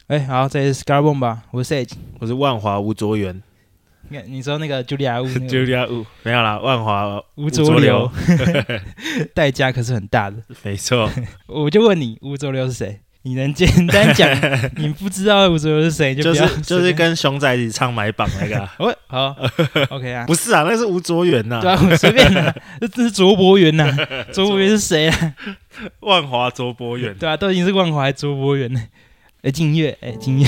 好，这里是 Scarbone 吧，我是 Sage， 我是万华吴卓源。 你说那个茱莉亚雾 ，Julia Wu 没有啦，万华吴浊流，代价可是很大的。 没错， 我就问你，吴浊流是谁？你能简单讲？你不知道吴浊流是谁，就不要就是跟熊仔一起唱买榜那个、啊。 好 ，OK 啊， 不是啊，那是吴卓源呐。 对啊，我随便啦，这是卓博源呐，卓博源是谁啊？ 万华卓博源。 对啊，都已经是万华还卓博源了。静月，静月。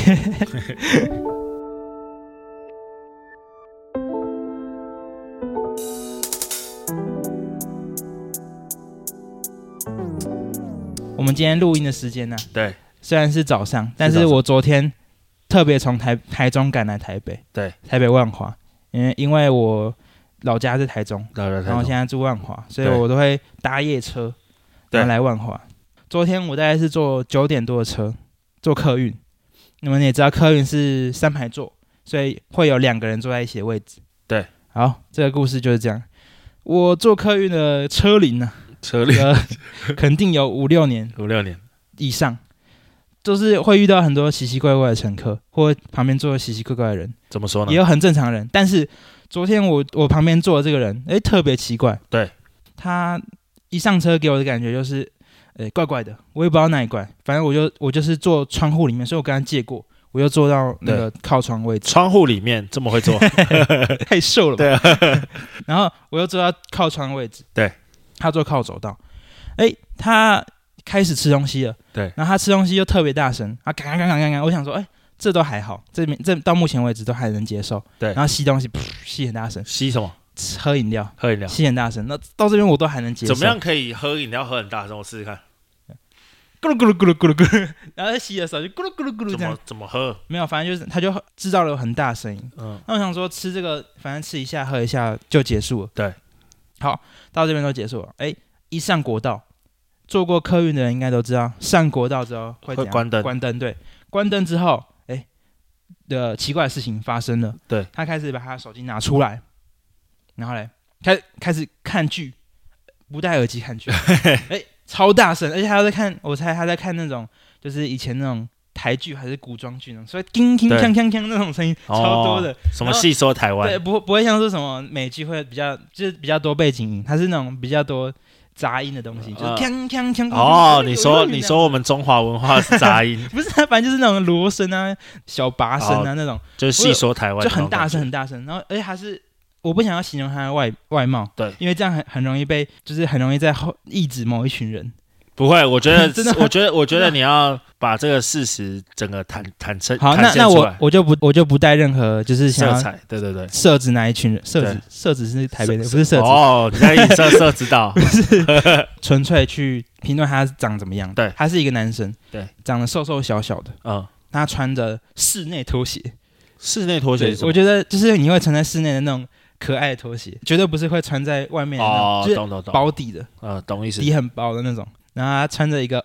我们今天录音的时间呢、 对， 虽然是早上，但是我昨天特别从台中赶来台北， 对， 台北万华，因为我老家是台中，然后现在住万华，所以我都会搭夜车，然后来万华。昨天我大概是坐9点多的车，坐客运。你们也知道客运是3排座，所以会有2个人坐在一起的位置。 对， 好，这个故事就是这样。我坐客运的车龄呢？肯定有5-6年以上，就是会遇到很多奇奇怪怪的乘客，或旁边坐奇奇怪怪的人。 怎么说呢？ 也有很正常的人，但是昨天我旁边坐的这个人，特别奇怪。 对， 他一上车给我的感觉就是，怪怪的，我也不知道哪里怪。反正我就是坐窗户里面，所以我跟他借过，我又坐到那个靠窗位置。 窗户里面这么会坐， 太瘦了吧？ 对啊。 然后我又坐到靠窗位置。 对。 他坐靠走道，他开始吃东西了， 对， 然后他吃东西又特别大声，他赶，我想说，这都还好，这到目前为止都还能接受，对，然后吸东西，吸很大声， 吸什么？ 喝饮料，吸很大声，那到这边我都还能接受。 怎么样可以喝饮料喝很大声？我试试看， 咕噜咕噜咕噜咕噜咕噜，然后在吸的时候就咕噜咕噜咕噜这样。 怎么喝？没有，反正就是他就制造了很大的声音。那我想说吃这个，反正吃一下喝一下就结束了。 对。 好，到这边都结束了。一上国道，坐过客运的人应该都知道，上国道之后会关灯。 关灯，对，关灯之后，的奇怪的事情发生了。 对， 他开始把他的手机拿出来，然后嘞，开始看剧，不戴耳机看剧，超大声，而且他在看，我猜他在看那种，就是以前那种台剧还是古装剧那种，所以叮叮锵锵锵那种声音超多的。 什么戏说台湾？ 对，不会像说什么美剧会就是比较多背景音，它是那种比较多杂音的东西，就是锵锵锵。 你说我们中华文化是杂音？ 不是，反正就是那种锣声啊、小拔声啊那种， 就是戏说台湾， 就很大声很大声。然后而且它是，我不想要形容它的外貌，对，因为这样很容易被，就是很容易在抑制某一群人。 不会，我觉得你要把这个事实整个坦诚。 好，那我就不带任何就是想要色彩，对， 设置哪一群人，设置是台北的，不是设置。 你在设知道， 不是纯粹去评论他长怎么样。 对， 他是一个男生， 对， 长得瘦瘦小小的，他穿着室内拖鞋。 室内拖鞋是什么？ 我觉得就是你会穿在室内的那种可爱的拖鞋，绝对不是会穿在外面的那种，就是薄底的， 懂意思， 底很薄的那种。然后他穿着一个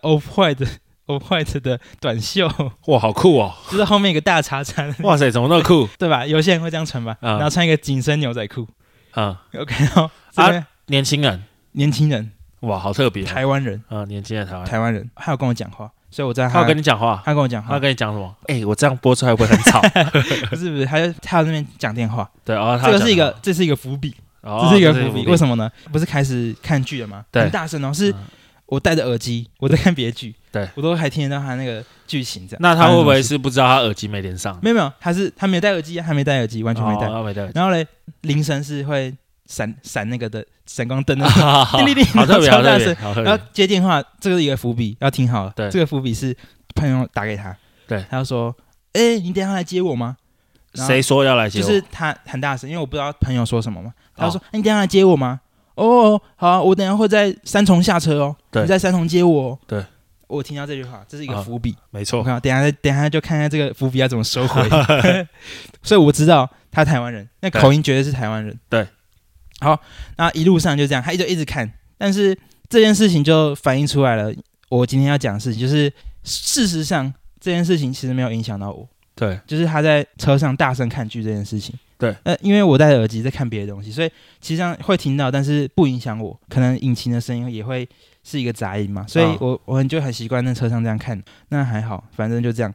Off-White 的短袖， 哇，好酷哦！ 就是后面一个大叉叉， 哇塞，怎么那么酷？ 对吧？有些人会这样穿吧，然后穿一个紧身牛仔裤，OK， 年轻人，哇，好特别， 台湾人年轻的台湾人，他有跟我讲话，所以我知道他有跟你讲话， 他跟我讲话， 他跟你讲什么？我这样播出来会不会很吵？ 不是，他在那边讲电话， 对， 这是一个伏笔。这是一个伏笔，为什么呢？不是开始看剧了吗？很大声哦，是我戴着耳机，我在看别的剧，对我都还听得到他那个剧情这样。 那他会不会是不知道他耳机没连上？ 没有，他没有戴耳机，完全没戴。然后嘞，铃声是会闪那个的闪光灯的，叮叮叮， 好特别， 超大声。然后接电话，这个是一个伏笔，要听好了。 对， 这个伏笔是朋友打给他，对，他就说：“你等一下来接我吗？” 谁说要来接我？ 就是他很大声，因为我不知道朋友说什么嘛。他说：“你等一下来接我吗？”哦，好，我等一下会在3重下车哦。你在3重接我哦。对，我听到这句话，这是一个伏笔， 没错。 等一下就看看这个伏笔要怎么收回。所以我知道他台湾人，那口音绝对是台湾人。对，好，那一路上就这样，他就一直看，但是这件事情就反映出来了。我今天要讲的事情就是，事实上这件事情其实没有影响到我。对，就是他在车上大声看剧这件事情。对，因为我戴着耳机在看别的东西，所以其实上会听到，但是不影响我。可能引擎的声音也会是一个杂音嘛，所以我就很习惯在车上这样看。那还好，反正就这样。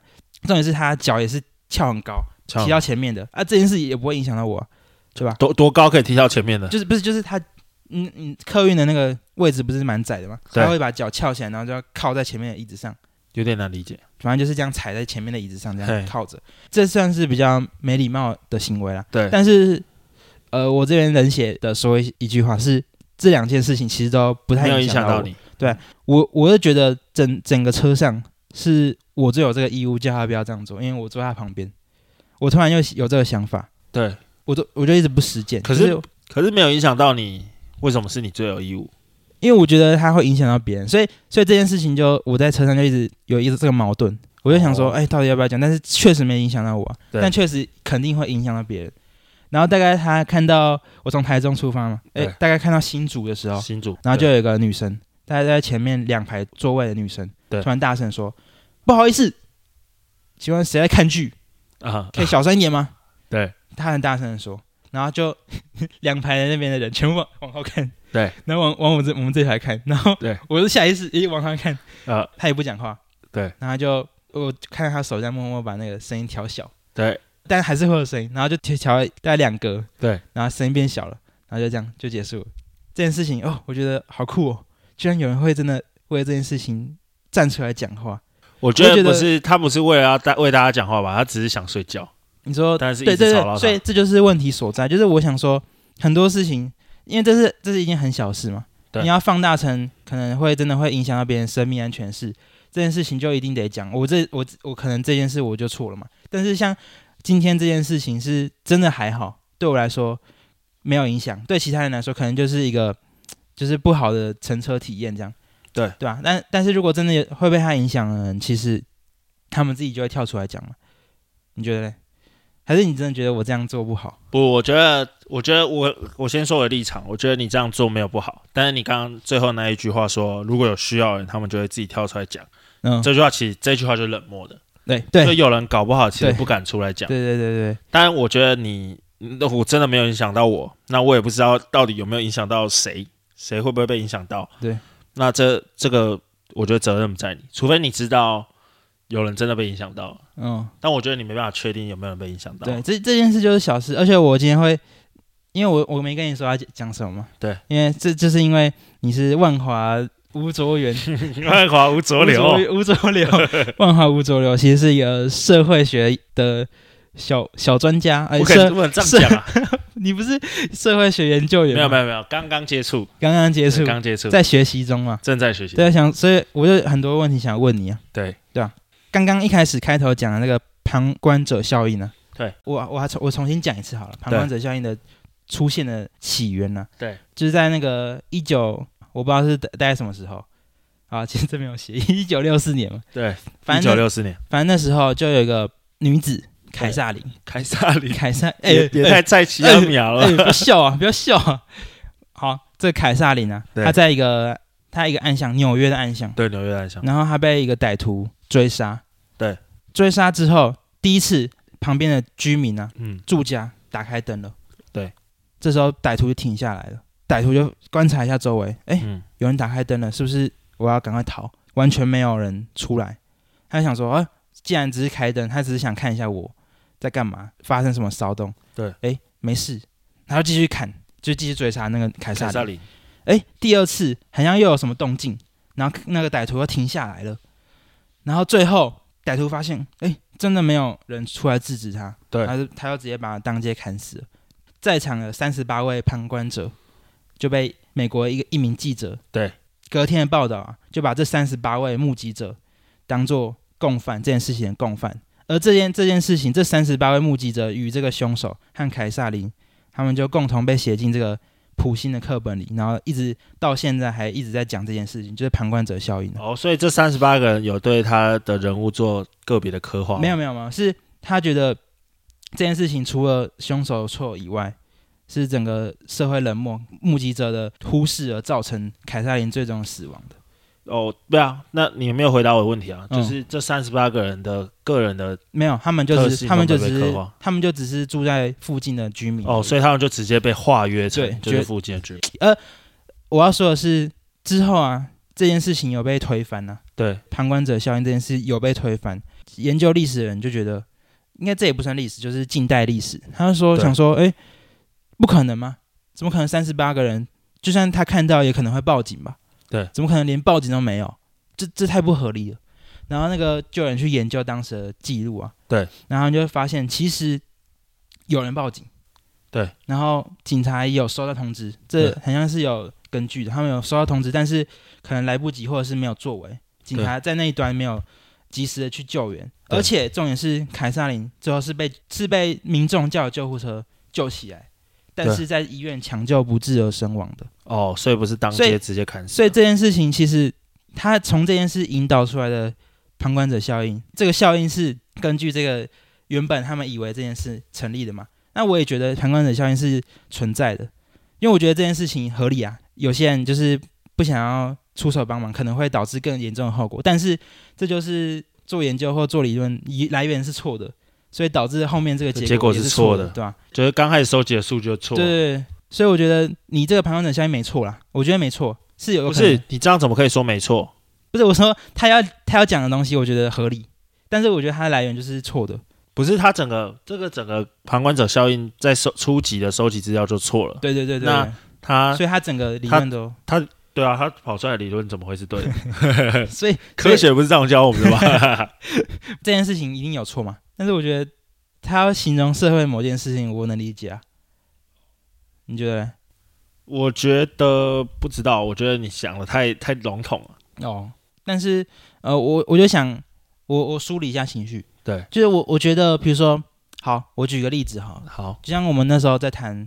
重点是他脚也是翘很高，踢到前面的啊，这件事也不会影响到我，对吧？ 多高可以踢到前面的？ 就是他，客运的那个位置不是蛮窄的吗？他会把脚翘起来，然后就要靠在前面的椅子上， 有点难理解。 反正就是这样踩在前面的椅子上，这样靠着，这算是比较没礼貌的行为啦。 对， 但是我这边冷血的说一句话是，这两件事情其实都不太影响到我。 你。 对，我就觉得整个车上是我最有这个义务叫他不要这样做，因为我坐在他旁边，我突然又有这个想法， 对， 我就一直不实践。 可是没有影响到你，为什么是你最有义务？ 因为我觉得它会影响到别人，所以这件事情我在车上就一直有这个矛盾，我就想说，到底要不要讲？但是确实没影响到我，但确实肯定会影响到别人。然后大概他看到我从台中出发嘛，大概看到新竹的时候，然后就有一个女生。大概在前面2排座位的女生，突然大声说：“不好意思，请问谁在看剧啊？可以小声一点吗？” 对， 她很大声的说，然后就2排那边的人全部往后看， 对， 然后往我们这排看，然后我就下意识往他看，他也不讲话， 对， 然后我看到他手在默默把那个声音调小， 对， 但还是会有声音，然后就调大概2格， 对， 然后声音变小了，然后就这样就结束了。这件事情我觉得好酷哦。居然有人会真的为了这件事情站出来讲话， 我觉得不是他不是为了要为大家讲话吧，他只是想睡觉。 你说， 但是一直吵到他， 所以这就是问题所在。就是我想说，很多事情，因为这是一件很小事嘛，你要放大成可能会真的会影响到别人生命安全事，这件事情就一定得讲。我可能这件事我就错了嘛，但是像今天这件事情是真的还好，对我来说没有影响，对其他人来说可能就是一个。就是不好的乘车体验，这样，对吧？但是如果真的会被他影响的人，其实他们自己就会跳出来讲了。你觉得呢？还是你真的觉得我这样做不好？ 不，我觉得我先说我的立场，我觉得你这样做没有不好。但是你刚刚最后那一句话说，如果有需要的人，他们就会自己跳出来讲。这句话就是冷漠的。对，就有人搞不好其实不敢出来讲。 对。 当然，我觉得我真的没有影响到我，那我也不知道到底有没有影响到谁会不会被影响到？ 对， 那这个我觉得责任不在你，除非你知道有人真的被影响到。但我觉得你没办法确定有没有人被影响到。 对，这件事就是小事，而且我今天会，因为我没跟你说要讲什么嘛。对，因为这就是因为你是万华吴卓源， 万华吴卓流， 万华吴卓流其实是一个社会学的小专家。 不能这样讲啊！ 你不是社会学研究员吗？ 没有，刚接触， 在学习中嘛， 正在学习。 对，所以我就很多问题想问你啊。对吧？刚刚一开始开头讲的那个旁观者效应呢？对，我重新讲一次好了。旁观者效应的出现的起源呢？对，就是在那个我不知道是大概什么时候啊，其实这边有写1964年嘛。对，1964年，反正那时候就有一个女子。凯撒琳， 也太在奇妙苗了， 不要笑啊！好，这个凯撒琳啊，他在一个暗巷，纽约的暗巷， 对，纽约的暗巷， 然后他被一个歹徒追杀，对，追杀之后，第一次旁边的居民啊，住家打开灯了，对，这时候歹徒就停下来了，歹徒就观察一下周围，有人打开灯了，是不是我要赶快逃？完全没有人出来，他想说，既然只是开灯，他只是想看一下我在干嘛，发生什么骚动？对，没事，然后继续看，就继续追查那个凯撒琳。第二次好像又有什么动静，然后那个歹徒又停下来了，然后最后歹徒发现，真的没有人出来制止他，对，他又直接把他当街砍死了。在场的38位旁观者就被美国一名记者，对，隔天的报道啊，就把这38位目击者当作共犯，这件事情的共犯。而这件事情，这38位目击者与这个凶手和凯撒琳，他们就共同被写进这个普星的课本里，然后一直到现在还一直在讲这件事情，就是旁观者效应。 所以这38个人有对他的人物做个别的刻画？ 没有，是他觉得这件事情除了凶手错以外，是整个社会冷漠、目击者的忽视而造成凯撒琳最终死亡的。 对啊，那你没有回答我的问题啊，就是这38个人的个人的没有，他们就只是住在附近的居民所以他们就直接被划约成就是附近的居民。 我要说的是之后啊，这件事情有被推翻啊，对，旁观者效应这件事有被推翻， 研究历史的人就觉得，应该这也不算历史，就是近代历史。他就说想说，不可能吗？怎么可能38个人？就算他看到，也可能会报警吧？ 对， 怎么可能连报警都没有？这太不合理了。然后就有人去研究当时的记录啊， 对， 然后就会发现其实有人报警， 对， 然后警察也有收到通知，这好像是有根据的，他们有收到通知，但是可能来不及或者是没有作为，警察在那一端没有及时的去救援，而且重点是凯撒琳最后是被民众叫救护车救起来，但是在医院抢救不治而身亡的。 哦，所以不是当街直接砍死。 所以这件事情其实他从这件事引导出来的旁观者效应，这个效应是根据这个原本他们以为这件事成立的嘛？那我也觉得旁观者效应是存在的，因为我觉得这件事情合理啊。有些人就是不想要出手帮忙，可能会导致更严重的后果，但是这就是做研究或做理论来源是错的，所以导致后面这个结果也是错的，对吧？ 就是刚开始收集的数据就错了。 对，所以我觉得你这个旁观者效应没错啦，我觉得没错，是有可能。 不是你这样怎么可以说没错？ 不是我说他要讲的东西，我觉得合理，但是我觉得它的来源就是错的。 不是他整个旁观者效应在初级的收集资料就错了。 对， 那所以他整个理论都对啊，他跑出来的理论怎么会是对的？ 所以科学不是这样教我们的吗？ 这件事情一定有错嘛？但是我觉得他要形容社会某件事情，我能理解啊。你觉得呢？ 我觉得不知道，我觉得你想的太笼统了。 哦，但是我就想我梳理一下情绪。 对， 就是我觉得，比如说，好，我举个例子好，就像我们那时候在谈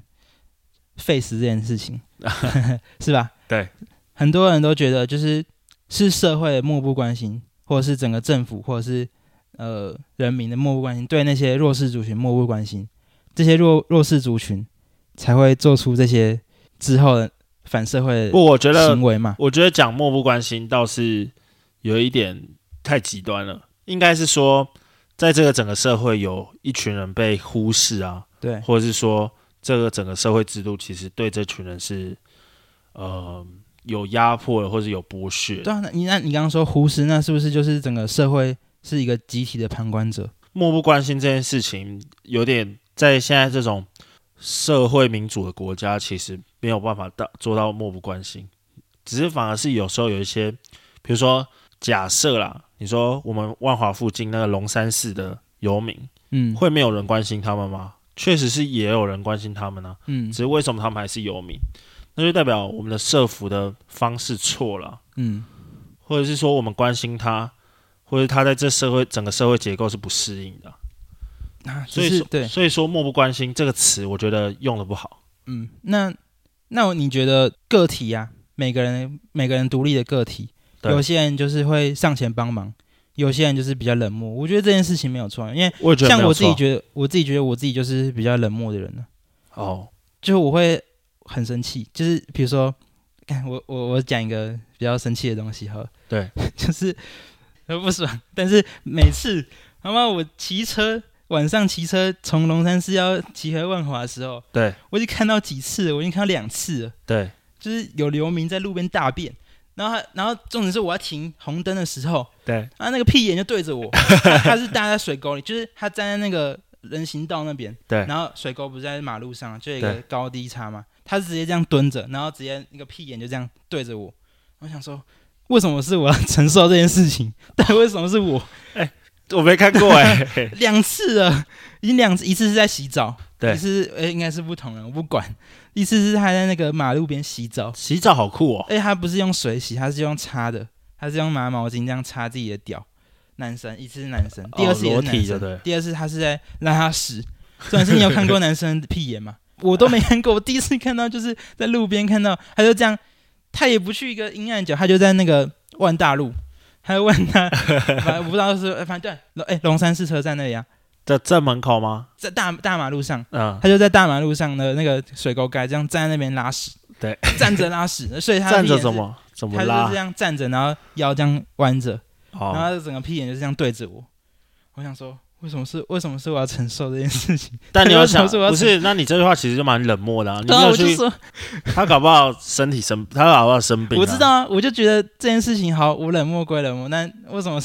face 这件事情，是吧？ 对， 很多人都觉得是社会的漠不关心，或者是整个政府，或者是人民的漠不关心，对那些弱势族群漠不关心，这些弱势族群才会做出这些之后的反社会的行为嘛。 我觉得讲漠不关心倒是有一点太极端了，应该是说，在这个整个社会有一群人被忽视啊， 对， 或者是说这个整个社会制度其实对这群人是有压迫的，或者有剥削。 对啊，你刚刚说忽视，那是不是就是整个社会是一个集体的旁观者？ 漠不关心这件事情，有点在现在这种社会民主的国家，其实没有办法做到漠不关心，只是反而是有时候有一些，比如说假设啦。你说我们万华附近那个龙山寺的游民，会没有人关心他们吗？确实是也有人关心他们啊，只是为什么他们还是游民？那就代表我们的社福的方式错了，或者是说我们关心他，或者他在这整个社会结构是不适应的，所以说漠不关心这个词，我觉得用的不好。 那你觉得个体啊，每个人独立的个体？有些人就是会上前帮忙，有些人就是比较冷漠。我觉得这件事情没有错，因为像我自己觉得我自己就是比较冷漠的人了。 哦， 就是我会很生气，就是比如说，我讲一个比较生气的东西哈。 对， 就是不爽，但是每次他妈我晚上骑车从龙山寺要骑回万华的时候， 对我已经看到几次了，我已经看到2次了。 对， 就是有流民在路边大便。然后重点是我要停红灯的时候， 对， 那个屁眼就对着我，他是搭在水沟里，就是他站在那个人行道那边， 对， 然后水沟不是在马路上，就有一个高低差嘛，他是直接这样蹲着，然后直接那个屁眼就这样对着我，我想说，为什么是我要承受这件事情？但为什么是我？ 我没看过 2次了，已经2次，一次是在洗澡， 对， 一次应该是不同人，我不管。一次是他在那个马路边洗澡好酷哦！ 他不是用水洗，他是用擦的，他是用麻毛巾这样擦自己的屌。男生一次是男生，第二次也是男生，第二次他是在让他屎。重点是你有看过男生的屁眼吗？我都没看过，我第一次看到就是在路边看到，他就这样，他也不去一个阴暗角，他就在那个万大路，他就问他，我不知道是反正对，龙山寺车站那里啊。 在门口吗？ 在大马路上，他就在大马路上的那个水沟盖，这样站在那边拉屎， 对， 站着拉屎，所以他站着怎么拉？ 他就是这样站着，然后腰这样弯着，然后他整个屁眼就这样对着我。我想说，为什么是我要承受这件事情？ 但你有想，不是？那你这句话其实就蛮冷漠的啊。你没有去，他搞不好他搞不好生病。 我知道啊，我就觉得这件事情好，我冷漠归冷漠，但为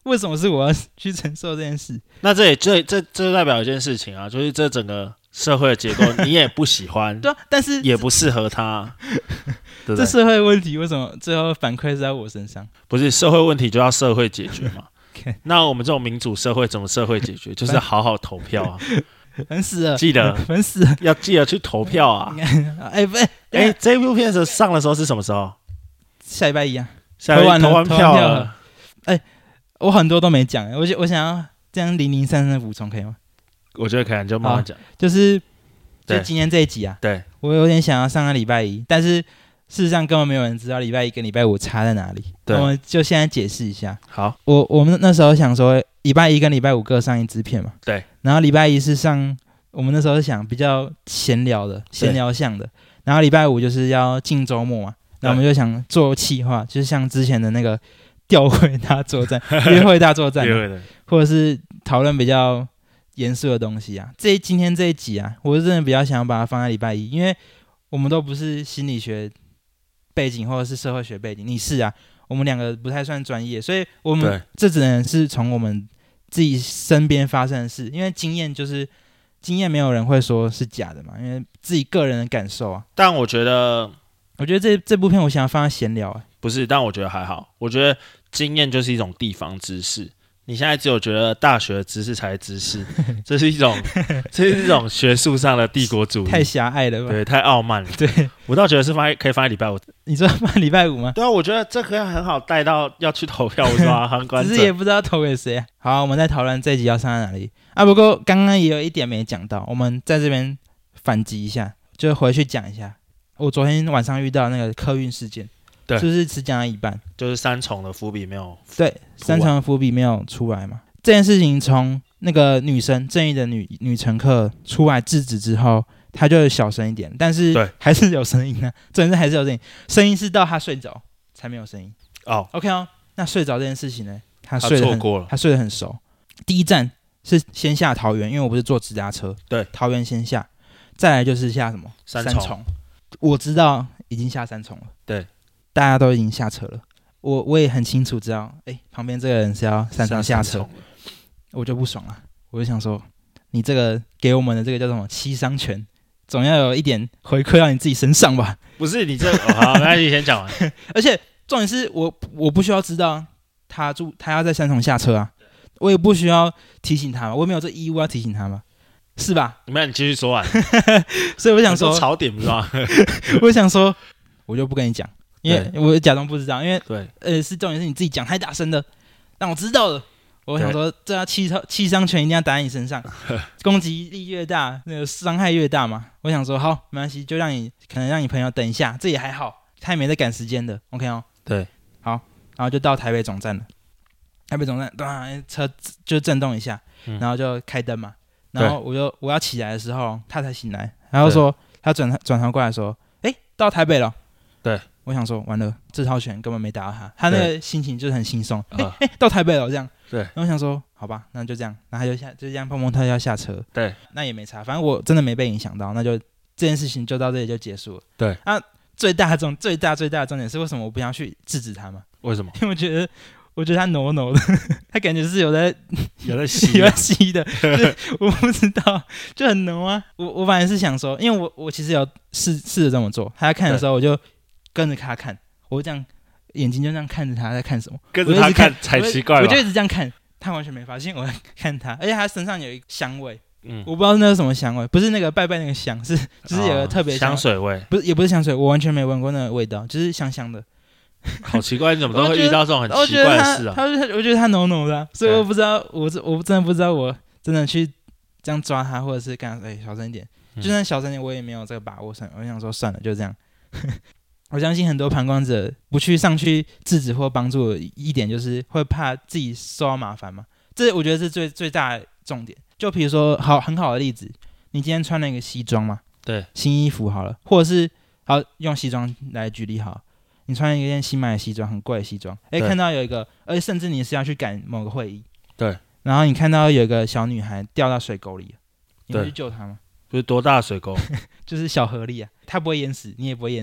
为什么是我要去承受这件事？ 那这代表一件事情啊，就是这整个社会的结构你也不喜欢， 对啊，但是也不适合他。对对这社会问题为什么最后反馈是在我身上？ 不是社会问题就要社会解决嘛？那我们这种民主社会怎么社会解决？就是好好投票啊！ 烦死了， 记得烦死了， 要记得去投票啊！这部片子上的时候是什么时候？ 下礼拜一啊， 投完票了。 我很多都没讲，我想要这样零零散散的补充，可以吗？ 我觉得可以，就慢慢讲。 就今天这一集啊， 对， 我有点想要上个礼拜一，但是事实上根本没有人知道礼拜一跟礼拜五差在哪里。我们就现在解释一下。 好， 我们那时候想说，礼拜一跟礼拜五各上一支片嘛。 对。 然后礼拜一是上，我们那时候是想比较闲聊向的，然后礼拜五就是要进周末嘛，然后我们就想做企划，就是像之前的那个钓会大作战、约会大作战，或者是讨论比较严肃的东西啊。今天这一集啊，我是真的比较想要把它放在礼拜一，因为我们都不是心理学背景或者是社会学背景，你是啊，我们两个不太算专业，所以我们这只能是从我们自己身边发生的事，因为经验没有人会说是假的嘛，因为自己个人的感受啊。 但我觉得这部片我想要放在闲聊不是，但我觉得还好。我觉得经验就是一种地方知识，你现在只有觉得大学的知识才是知识，这是一种学术上的帝国主义， 太狭隘了吧？ 对，太傲慢了。 对， 我倒觉得是可以放在礼拜五。 你说放在礼拜五吗？ 对啊，我觉得这可以很好带到要去投票，是吧？ 只是也不知道投给谁啊。好，我们再讨论这一集要上在哪里啊？不过刚刚也有一点没讲到，我们在这边反击一下，就回去讲一下。我昨天晚上遇到那个客运事件，对，就是只讲了一半， 就是三重的伏笔没有， 对，三重的伏笔没有出来嘛。这件事情从那个女生正义的女乘客出来制止之后，她就小声一点，但是还是有声音啊，真的还是有声音，声音是到她睡着才没有声音。OK 哦，那睡着这件事情呢，她错过了，她睡得很熟。第一站是先下桃园，因为我不是坐直达车， 对， 桃园先下，再来就是下什么三重。我知道已经下三重了， 对， 大家都已经下车了。我也很清楚知道，旁边这个人是要三重下车，我就不爽了。我就想说，你这个给我们的这个叫什么七伤拳，总要有一点回馈到你自己身上吧？ 不是你这好，那你先讲完。 而且重点是我不需要知道他要在三重下车啊，我也不需要提醒他，我也没有这义务要提醒他嘛。是吧？ 你继续说完。 所以我想说， 槽点不是吗？ 我想说，我就不跟你讲，因为我假装不知道，因为是重点是你自己讲太大声了，让我知道了。我想说，这要七伤拳一定要打在你身上，攻击力越大，那个伤害越大嘛。我想说，好，没关系，就可能让你朋友等一下，这也还好，他也没在赶时间的 ，OK 哦。 对， 好，然后就到台北总站了。台北总站，车就震动一下，然后就开灯嘛。然后我要起来的时候，他才醒来，然后说他转头过来说：“到台北了。” 对， 我想说完了，这套拳根本没打到他，他那个心情就是很轻松。到台北了这样。 对， 然后我想说好吧，那就这样，然后他就这样碰碰他要下车。 对， 那也没差，反正我真的没被影响到，那就这件事情就到这里就结束了。 对， 最大的重点是为什么我不想去制止他嘛？ 为什么？ 因为我觉得他挪的，他感觉是有在吸的，我不知道，就很挪啊。我反而是想说，因为我其实有试着这么做，他在看的时候我就跟着他看，我这样眼睛就这样看着他在看什么， 跟着他看才奇怪吧。 我就一直这样看，他完全没发现我在看他，而且他身上有一个香味。我不知道那是什么香味，不是那个拜拜那个香，就是有个特别香水味， 也不是香水，我完全没闻过那个味道，就是香香的。 好奇怪，你怎么都会遇到这种很奇怪的事啊？ 我觉得他浓的啊，所以我不知道，我真的不知道，我真的去这样抓他，或者是跟他小声一点，就算小声一点，我也没有这个把握。我想说算了，就这样。我相信很多旁观者不去上去制止或帮助一点，就是会怕自己受到麻烦嘛。这我觉得是最大的重点。就比如说很好的例子，你今天穿了一个西装嘛， 对， 新衣服好了，或者是好用西装来举例好了。你穿一件新买的西装，很贵的西装，看到有一个，而且甚至你是要去赶某个会议， 对， 然后你看到有一个小女孩掉到水沟里，你会去救她吗？ 不是多大的水沟， 就是小河里啊，她不会淹死，你也不会淹死，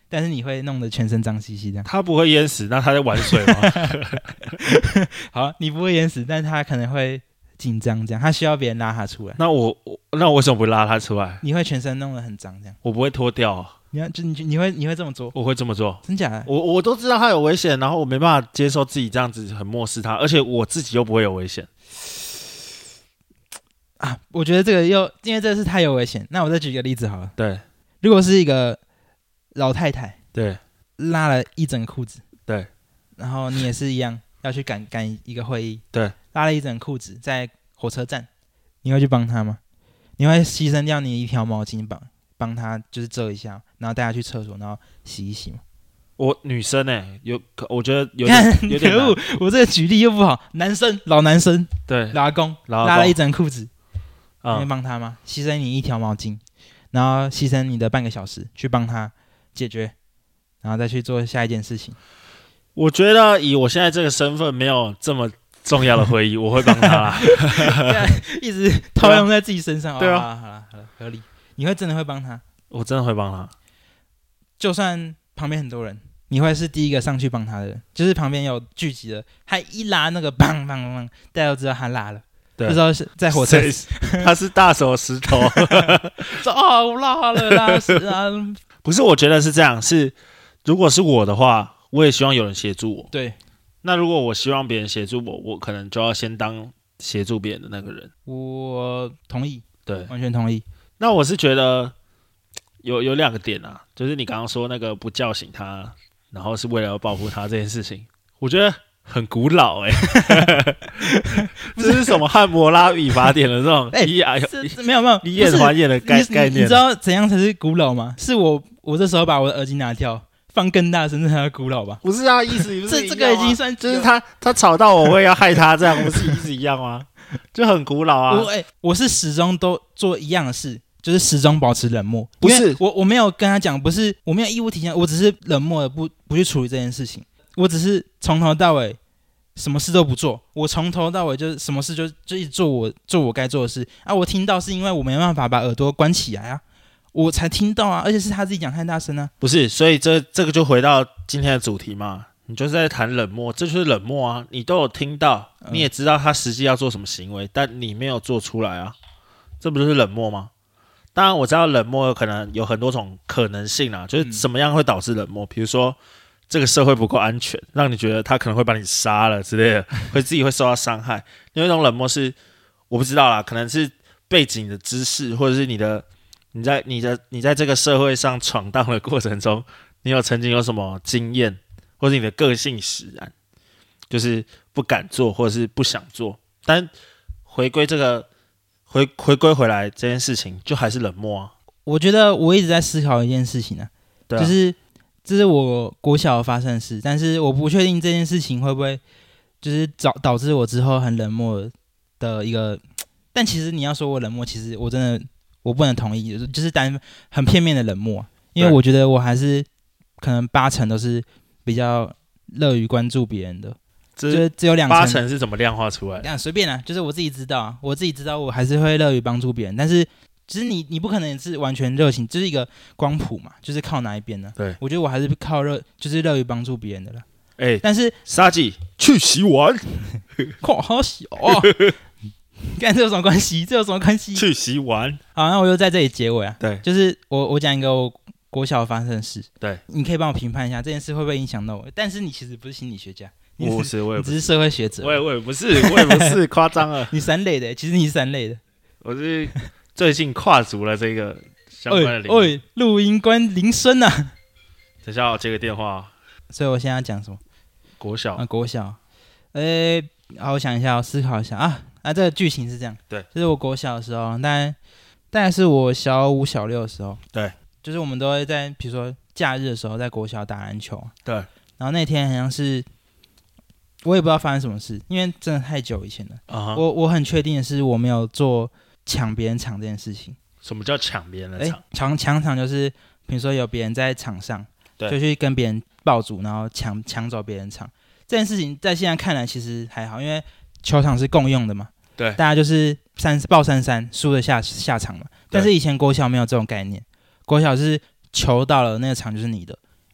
但是你会弄得全身脏兮兮这样。 他不会淹死，那他在玩水吗？ 好，你不会淹死，但是他可能会紧张这样，他需要别人拉他出来。 那我为什么不拉他出来？ 你会全身弄得很脏这样。 我不会脱掉啊。 你会这么做？ 我会这么做。 真假的？ 我都知道他有危险，然后我没办法接受自己这样子很漠视他，而且我自己又不会有危险。 啊，我觉得这个因为这是他有危险，那我再举一个例子好了。 对， 如果是一个老太太， 对， 拉了一整裤子， 对， 然后你也是一样要去赶一个会议， 对， 拉了一整裤子在火车站，你会去帮他吗？你会牺牲掉你一条毛巾帮他就是遮一下，然后带他去厕所，然后洗一洗吗？ 我女生我觉得有点可恶，我这个举例又不好。老男生，对，老公拉了一整裤子。你会帮他吗？牺牲你一条毛巾，然后牺牲你的半个小时去帮他解决，然后再去做下一件事情。 我觉得以我现在这个身份，没有这么重要的会议，我会帮他啦。 一直套用在自己身上。 对啊， 好了，合理。你会真的会帮他？ 我真的会帮他， 就算旁边很多人，你会是第一个上去帮他的人。就是旁边有聚集的，他一拉那个砰砰砰，大家都知道他拉了。这时候是在火车， 他是大手石头。 说我拉了，拉死啊！ 不是，我觉得是这样。如果是我的话，我也希望有人协助我。 对， 那如果我希望别人协助我，我可能就要先当协助别人的那个人。 我同意， 对， 完全同意。 那我是觉得有2个点啊，就是你刚刚说那个不叫醒他，然后是为了要保护他这件事情，我觉得很古老这是什么汉谟拉比法典的这种没有以眼还眼的概念。 你知道怎样才是古老吗？是我这时候把我的耳机拿掉，放更大声，这才古老吧？ 不是啊，意思不是这个已经算就是他吵到我会要害他，这样不是意思一样吗？就很古老啊。 我是始终都做一样的事。就是始终保持冷漠， 不是我没有跟他讲，不是我没有义务提醒，我只是冷漠的不去处理这件事情，我只是从头到尾什么事都不做，我从头到尾就是什么事就一直做我该做的事啊。我听到是因为我没办法把耳朵关起来啊，我才听到啊，而且是他自己讲太大声啊。 不是，所以这个就回到今天的主题嘛，你就是在谈冷漠，这就是冷漠啊。你都有听到，你也知道他实际要做什么行为，但你没有做出来啊，这不就是冷漠吗？当然我知道冷漠可能有很多种可能性啦，就是怎么样会导致冷漠，比如说这个社会不够安全，让你觉得他可能会把你杀了之类的，自己会受到伤害。有一种冷漠是我不知道啦，可能是背景的知识，或者是你在这个社会上闯荡的过程中，你曾经有什么经验，或者你的个性使然，就是不敢做或者是不想做。但回归这个回归回来这件事情，就还是冷漠啊。 我觉得我一直在思考一件事情啊，就是这是我国小发生的事，但是我不确定这件事情会不会就是导致我之后很冷漠的一个。但其实你要说我冷漠，其实我真的我不能同意，就是很片面的冷漠，因为我觉得我还是可能80%都是比较乐于关注别人的。就是只有2%。 80%是怎么量化出来的？ 随便啦，就是我自己知道啊，我还是会乐于帮助别人，但是其实你不可能是完全热情，就是一个光谱嘛，就是靠哪一边呢？ 对， 我觉得我还是就是乐于帮助别人的啦。但是沙季去洗碗， 哇，好小啊！干这有什么关系？ 去洗碗。 好，那我就在这里结尾啊。 对， 就是我讲一个我国小发生的事。 对， 你可以帮我评判一下这件事会不会影响到我？但是你其实不是心理学家。 我不是， 你只是社会学者。 我也不是，夸张了。 你3类的，其实你是3类的。 我是最近跨足了这个相关的领域。 录音关铃声啊！ 等一下我接个电话。所以我现在要讲什么？ 国小。 国小。好，我想一下，我思考一下啊。这个剧情是这样。 对。 就是我国小的时候，大概是我小5、小6的时候。 对。就是我们都会在比如说假日的时候在国小打篮球。 对。 然后那天好像是。我也不知道发生什么事，因为真的太久以前了。我很确定的是，我没有做抢别人场这件事情。 什么叫抢别人的场？ 抢场就是，比如说有别人在场上，就去跟别人爆组，然后抢走别人场。这件事情在现在看来其实还好，因为球场是共用的嘛。 对， 大家就是报3-3，输的下场嘛。但是以前国小没有这种概念，国小是球到了那个场就是你的。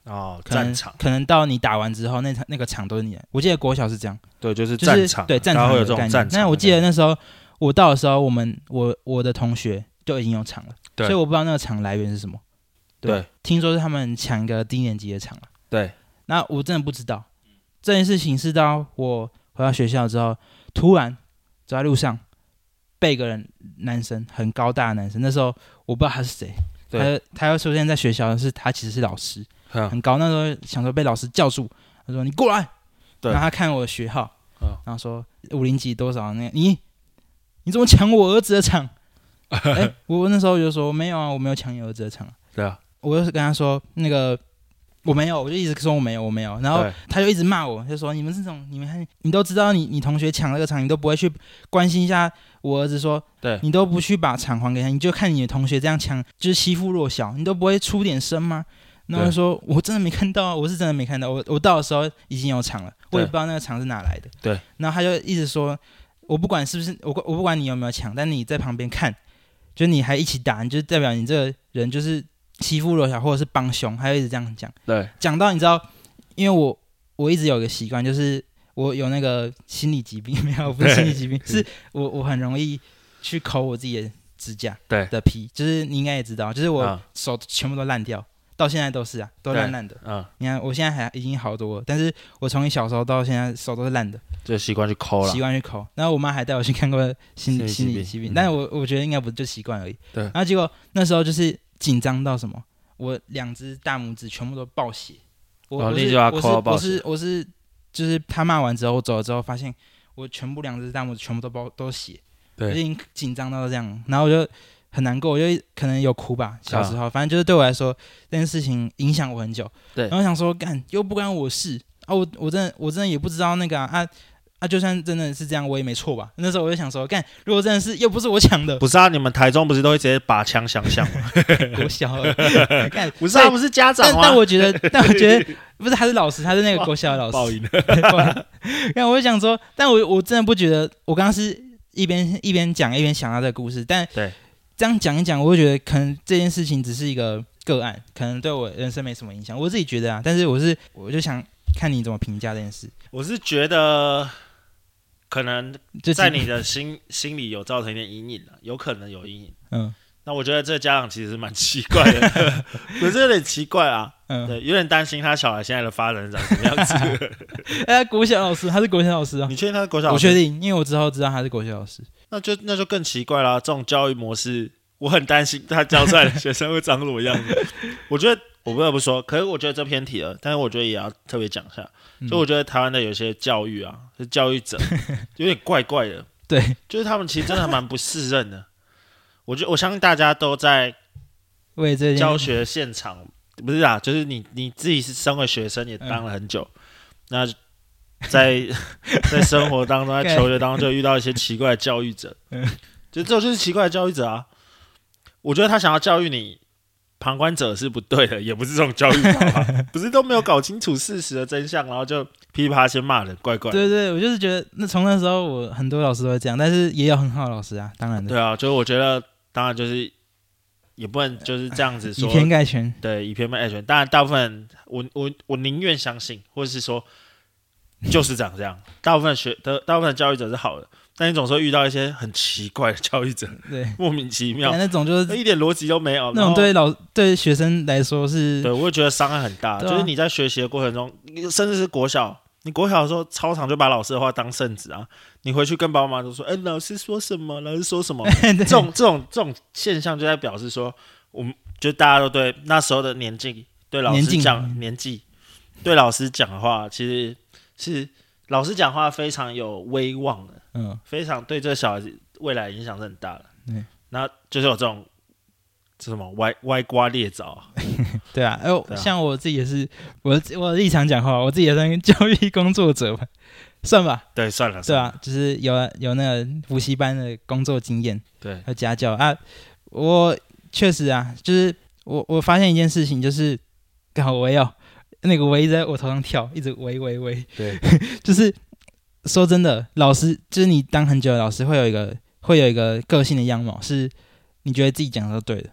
战场可能到你打完之后，那个场都是你的。我记得国小是这样， 对，就是战场， 对战场会有这种战场。 那我记得那时候我到的时候，我的同学就已经有场了，所以我不知道那个场来源是什么。对，听说是他们抢一个低年级的场了。 对， 那我真的不知道这件事情，是到我回到学校之后，突然走在路上，被一个男生很高大的男生，那时候我不知道他是谁。他要出现在学校的是他其实是老师，很高。那时候想说被老师叫住，他说你过来，然后他看我的学号，然后说50级多少那个你怎么抢我儿子的场？我那时候就说没有啊，我没有抢你儿子的场。 对啊， 我就跟他说那个我没有，我就一直说我没有，然后他就一直骂我，就说你们这种你都知道你同学抢那个场，你都不会去关心一下我儿子说， 对， 你都不去把场还给他，你就看你的同学这样抢，就是欺负弱小，你都不会出点声吗？然后他说我真的没看到，我是真的没看到，我到的时候已经有场了，我也不知道那个场是哪来的。 对， 然后他就一直说，我不管是不是我不管你有没有抢，但你在旁边看，就你还一起打，你就代表你这个人就是欺负弱小或者是帮凶，还会一直这样讲。 对， 讲到你知道，因为我一直有一个习惯，就是我有那个心理疾病，没有，不是心理疾病，是我很容易去抠我自己的指甲的皮，就是你应该也知道，就是我手全部都烂掉，到现在都是啊，都烂烂的。你看我现在已经好多了，但是我从小时候到现在手都是烂的， 就习惯去抠了， 习惯去抠。然后我妈还带我去看过心理疾病，但是我觉得应该不就习惯而已。 对， 然后结果那时候就是紧张到什么，我2只大拇指全部都爆血。我是就是他骂完之后，我走了之后发现我全部2只大拇指全部都血，我已经紧张到这样，然后我就很难过，我就可能有哭吧，小时候，反正就是对我来说这件事情影响我很久。 对， 然后想说干又不关我事啊，我真的也不知道那个就算真的是这样，我也没错吧？那时候我就想说，干，如果真的是又不是我抢的， 不是啊？你们台中不是都会直接把枪相向吗？ 国小干， 不是他不是家长吗？ 但我觉得不是，他是老师，他是那个国小的老师。 报应了。 然后我就想说，但我真的不觉得，我刚刚是一边讲一边想到这个故事，但对这样讲一讲，我会觉得可能这件事情只是一个个案，可能对我人生没什么影响，我自己觉得啊。但是我就想看你怎么评价这件事。 我是觉得。可能在你的心里有造成一点阴影了，有可能有阴影。那我觉得这家长其实蛮奇怪的，可是有点奇怪啊。对，有点担心他小孩现在的发展长什么样子。 国小老师，他是国小老师啊？ 你确定他是国小老师？ 我确定，因为我之后知道他是国小老师。 那就更奇怪啦。这种教育模式，我很担心他教出来的学生会长什么样子。我觉得我不得不说，可是我觉得这偏题了，但是我觉得也要特别讲一下。所以我觉得台湾的有些教育啊，是教育者有点怪怪的， 对， 就是他们其实真的蛮不适任的。我相信大家都在为这教学现场，不是啊，就是你自己是身为学生也当了很久，那在生活当中，在求学当中就遇到一些奇怪的教育者，就这种就是奇怪的教育者啊。我觉得他想要教育你。旁观者是不对的，也不是这种教育法吧，不是都没有搞清楚事实的真相，然后就噼啪先骂人，怪怪的。 对，我就是觉得，从那时候我很多老师都会这样，但是也有很好的老师啊，当然的。 对啊，就是我觉得，当然就是也不能就是这样子说以偏概全。 对，以偏概全。当然，大部分我宁愿相信，或者是说就是长这样。大部分教育者是好的。但你总是会遇到一些很奇怪的教育者，对，莫名其妙， 那种就是一点逻辑都没有。 那种对学生来说是， 对我会觉得伤害很大。就是你在学习的过程中，甚至是国小，你国小的时候，操场就把老师的话当圣旨啊。你回去跟爸妈都说，老师说什么？老师说什么？这种现象就在表示说，我们就大家都对那时候的年纪，对老师讲年纪，对老师讲的话，其实是。老师讲话非常有威望的，非常对这个小孩子未来影响是很大的。那就是有这种什么歪瓜裂枣。 对啊，像我自己也是，我的立场讲话，我自己也算教育工作者吧，算吧。 对，算了。 对啊，就是有那个补习班的工作经验， 对， 和家教啊。我确实啊，就是我发现一件事情，就是刚好我要。那个围在我头上跳，一直围， 对， 就是说真的，老师就是你当很久的老师，会有一个个性的样貌，是你觉得自己讲的都对的，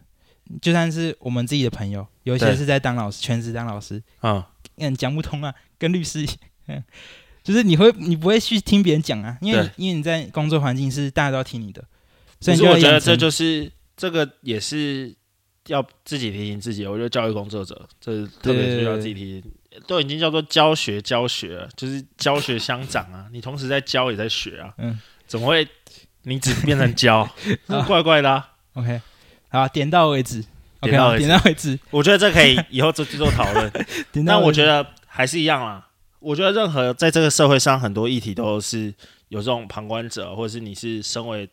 就算是我们自己的朋友，有一些是在当老师，全职当老师，讲不通啊，跟律师一样，就是你不会去听别人讲啊，因为你在工作环境是大家都要听你的，所以你就我觉得这个也是要自己提醒自己。我觉得教育工作者，这特别是要自己提醒，都已经叫做教学了，就是教学相长啊，你同时在教也在学啊，怎么会你只变成教，怪怪的啊。 OK， 好，点到为止。点到为止。 我觉得这可以以后就去做讨论。但我觉得还是一样啦。我觉得任何在这个社会上很多议题都是有这种旁观者，或者是你是身为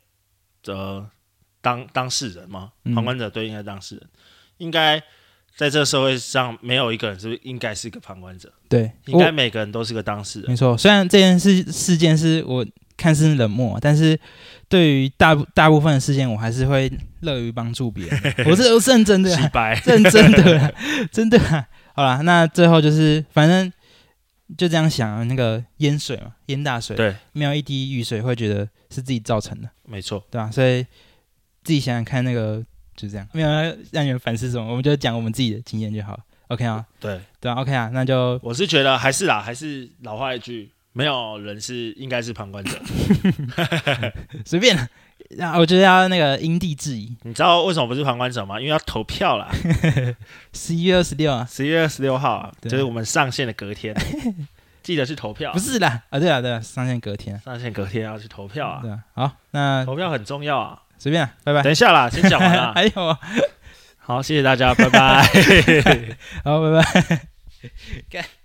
当事人嘛，旁观者对应的当事人，应该在这个社会上没有一个人是不是应该是个旁观者？ 对， 应该每个人都是个当事人。 没错，虽然这件事件是我看似冷漠，但是对于大部分的事件，我还是会乐于帮助别人。我是认真的，认真的，真的。好啦，那最后就是反正就这样想，那个淹水嘛，淹大水， 对， 没有一滴雨水会觉得是自己造成的， 没错， 对吧？所以自己想想看，那个就这样，没有让你们反思什么，我们就讲我们自己的经验就好 ，OK 啊？ 对啊 ，OK 啊，那就我是觉得还是老话一句。没有人应该是旁观者， 随便啦。我觉得要那个因地制宜。 你知道为什么不是旁观者吗？因为要投票啦。 11月26啊 ，11月26号啊，就是我们上线的隔天，记得去投票。 不是啦，对啊，上线隔天要去投票啊。 对啊，好，那投票很重要啊。 随便啦，拜拜。 等一下啦，先讲完啦。 还有啊， 好，谢谢大家，拜拜。 好，拜拜。